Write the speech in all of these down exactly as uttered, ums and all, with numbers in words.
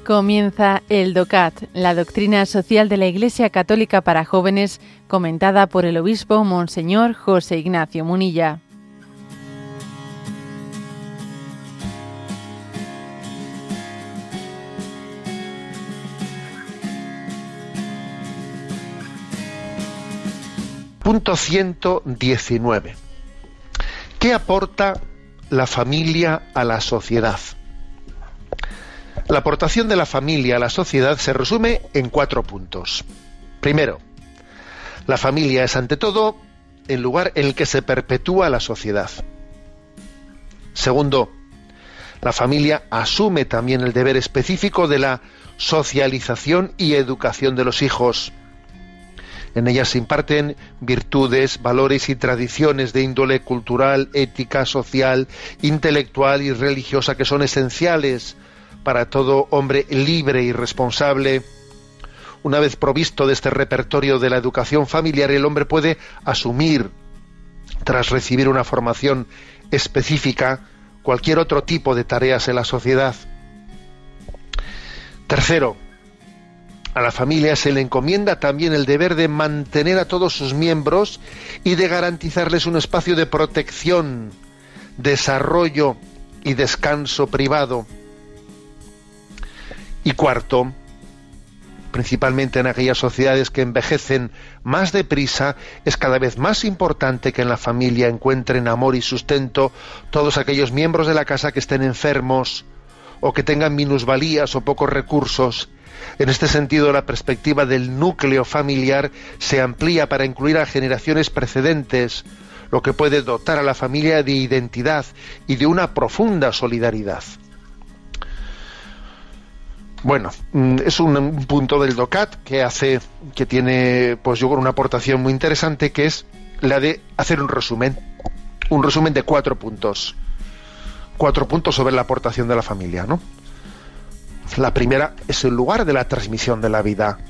Comienza el DOCAT, la doctrina social de la Iglesia Católica para jóvenes, comentada por el obispo Monseñor José Ignacio Munilla. Punto ciento diecinueve. ¿Qué aporta la familia a la sociedad? La aportación de la familia a la sociedad se resume en cuatro puntos. Primero, la familia es ante todo el lugar en el que se perpetúa la sociedad. Segundo, la familia asume también el deber específico de la socialización y educación de los hijos. En ella se imparten virtudes, valores y tradiciones de índole cultural, ética, social, intelectual y religiosa que son esenciales para todo hombre libre y responsable. Una vez provisto de este repertorio de la educación familiar, el hombre puede asumir, tras recibir una formación específica, cualquier otro tipo de tareas en la sociedad. Tercero, a la familia se le encomienda también el deber de mantener a todos sus miembros y de garantizarles un espacio de protección, desarrollo y descanso privado. Y cuarto, principalmente en aquellas sociedades que envejecen más deprisa, es cada vez más importante que en la familia encuentren amor y sustento todos aquellos miembros de la casa que estén enfermos o que tengan minusvalías o pocos recursos. En este sentido, la perspectiva del núcleo familiar se amplía para incluir a generaciones precedentes, lo que puede dotar a la familia de identidad y de una profunda solidaridad. Bueno, es un punto del DOCAT que hace, que tiene, pues yo creo, una aportación muy interesante, que es la de hacer un resumen, un resumen de cuatro puntos, cuatro puntos sobre la aportación de la familia, ¿no? La primera es el lugar de la transmisión de la vida.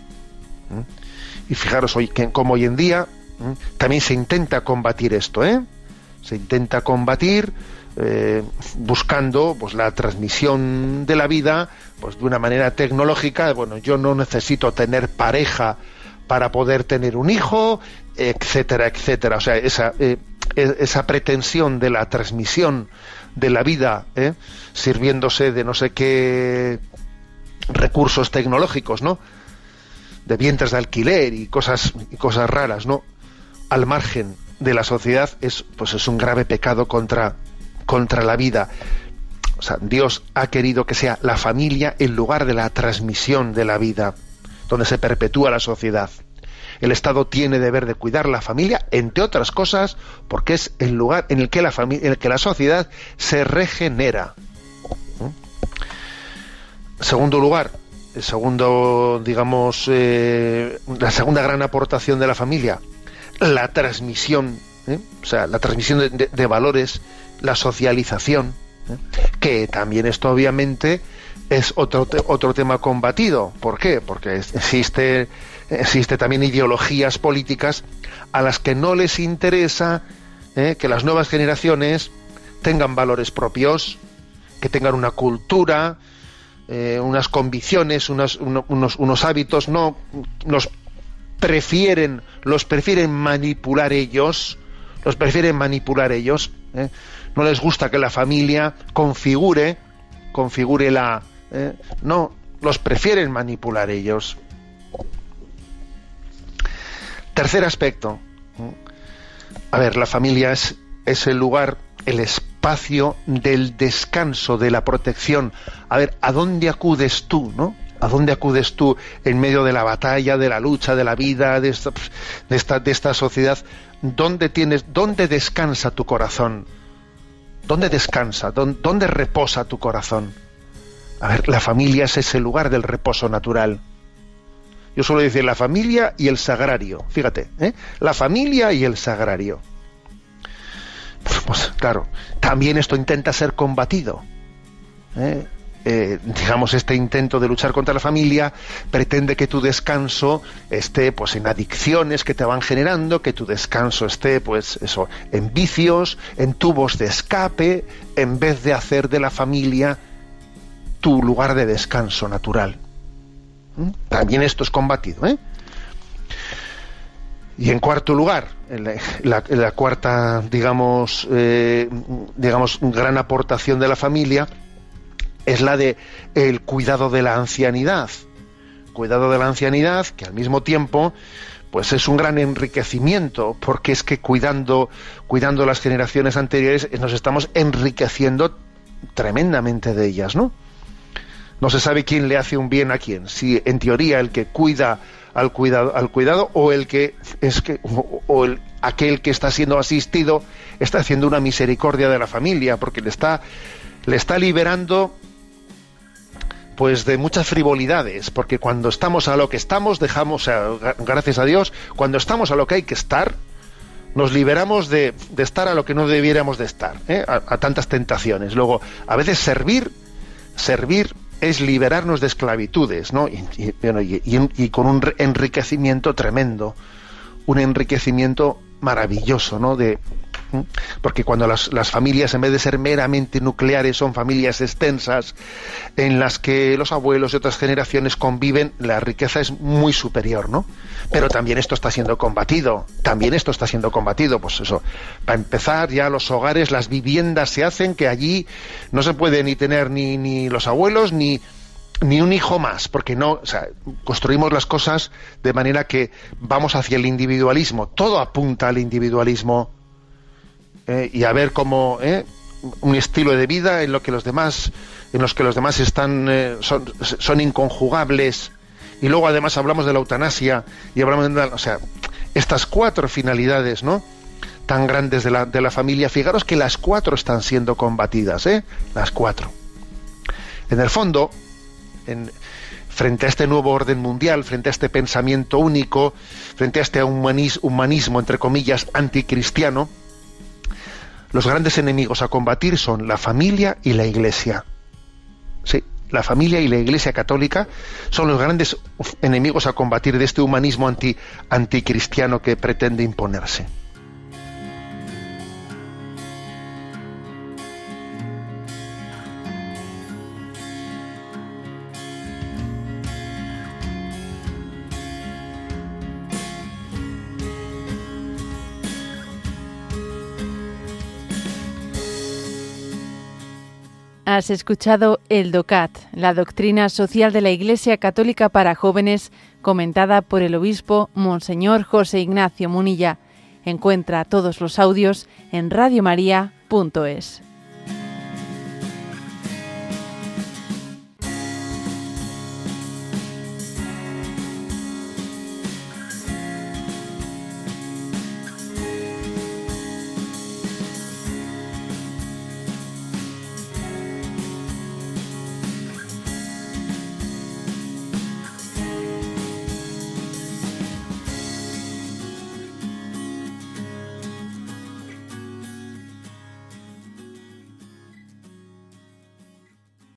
Y fijaros hoy que como hoy en día también se intenta combatir esto, ¿eh? Se intenta combatir eh, buscando pues la transmisión de la vida pues de una manera tecnológica. Bueno, yo no necesito tener pareja para poder tener un hijo, etcétera, etcétera. O sea, esa eh, esa pretensión de la transmisión de la vida, ¿eh? sirviéndose de no sé qué recursos tecnológicos, ¿no? De vientres de alquiler y cosas y cosas raras, ¿no? Al margen de la sociedad, es pues es un grave pecado contra contra la vida. O sea, Dios ha querido que sea la familia el lugar de la transmisión de la vida, donde se perpetúa la sociedad. El Estado tiene deber de cuidar la familia, entre otras cosas, porque es el lugar en el que la familia, en el que la sociedad se regenera. ¿Mm? Segundo lugar, el segundo, digamos, eh, la segunda gran aportación de la familia, la transmisión, ¿eh? o sea, la transmisión de, de, de valores, la socialización, ¿eh? que también esto obviamente es otro te, otro tema combatido. ¿Por qué? Porque existe existe también ideologías políticas a las que no les interesa ¿eh? que las nuevas generaciones tengan valores propios, que tengan una cultura, eh, unas convicciones, unas, uno, unos, unos hábitos. No, los prefieren, los prefieren manipular ellos, los prefieren manipular ellos. ¿eh? No les gusta que la familia configure, configure la, ¿eh? no, los prefieren manipular ellos. Tercer aspecto. A ver, la familia es, es el lugar, el espacio del descanso, de la protección. A ver, ¿a dónde acudes tú, no? ¿A dónde acudes tú en medio de la batalla, de la lucha, de la vida, de esta, de esta, de esta sociedad? ¿Dónde tienes, dónde descansa tu corazón? ¿Dónde descansa? ¿Dónde, dónde reposa tu corazón? A ver, la familia es ese lugar del reposo natural. Yo suelo decir la familia y el sagrario. Fíjate, ¿eh? La familia y el sagrario. Pues claro, también esto intenta ser combatido. ¿eh? Eh, digamos, este intento de luchar contra la familia pretende que tu descanso esté pues en adicciones que te van generando, que tu descanso esté pues eso, en vicios, en tubos de escape, en vez de hacer de la familia tu lugar de descanso natural. ¿Mm? También esto es combatido, ¿eh? Y en cuarto lugar, en la, la, la cuarta, digamos, eh, digamos, gran aportación de la familia es la de el cuidado de la ancianidad. Cuidado de la ancianidad, que al mismo tiempo, pues es un gran enriquecimiento, porque es que cuidando, cuidando las generaciones anteriores nos estamos enriqueciendo tremendamente de ellas, ¿no? No se sabe quién le hace un bien a quién, si en teoría el que cuida al cuidado, al cuidado o el que es que o, o el, aquel que está siendo asistido está haciendo una misericordia de la familia, porque le está le está liberando pues de muchas frivolidades, porque cuando estamos a lo que estamos dejamos, o sea, gracias a Dios, cuando estamos a lo que hay que estar, nos liberamos de, de estar a lo que no debiéramos de estar, ¿eh? a, a tantas tentaciones. Luego, a veces servir, servir es liberarnos de esclavitudes, ¿no? Y, y, bueno, y, y, y con un enriquecimiento tremendo, un enriquecimiento maravilloso, ¿no? De, porque cuando las, las familias, en vez de ser meramente nucleares, son familias extensas en las que los abuelos y otras generaciones conviven, la riqueza es muy superior, ¿no? Pero también esto está siendo combatido, también esto está siendo combatido, pues eso, para empezar ya los hogares, las viviendas se hacen que allí no se puede ni tener ni, ni los abuelos ni ni un hijo más, porque no, o sea, construimos las cosas de manera que vamos hacia el individualismo, todo apunta al individualismo. Eh, y a ver cómo eh, un estilo de vida en lo que los demás en los que los demás están eh, son, son inconjugables, y luego además hablamos de la eutanasia y hablamos de, o sea, estas cuatro finalidades, ¿no?, tan grandes de la, de la familia. Fijaros que las cuatro están siendo combatidas, ¿eh? Las cuatro. En el fondo, en, frente a este nuevo orden mundial, frente a este pensamiento único, frente a este humanis, humanismo entre comillas anticristiano, los grandes enemigos a combatir son la familia y la Iglesia. Sí, la familia y la Iglesia católica son los grandes enemigos a combatir de este humanismo anti, anticristiano que pretende imponerse. Has escuchado el DOCAT, la doctrina social de la Iglesia Católica para jóvenes, comentada por el obispo Monseñor José Ignacio Munilla. Encuentra todos los audios en radio maría punto es.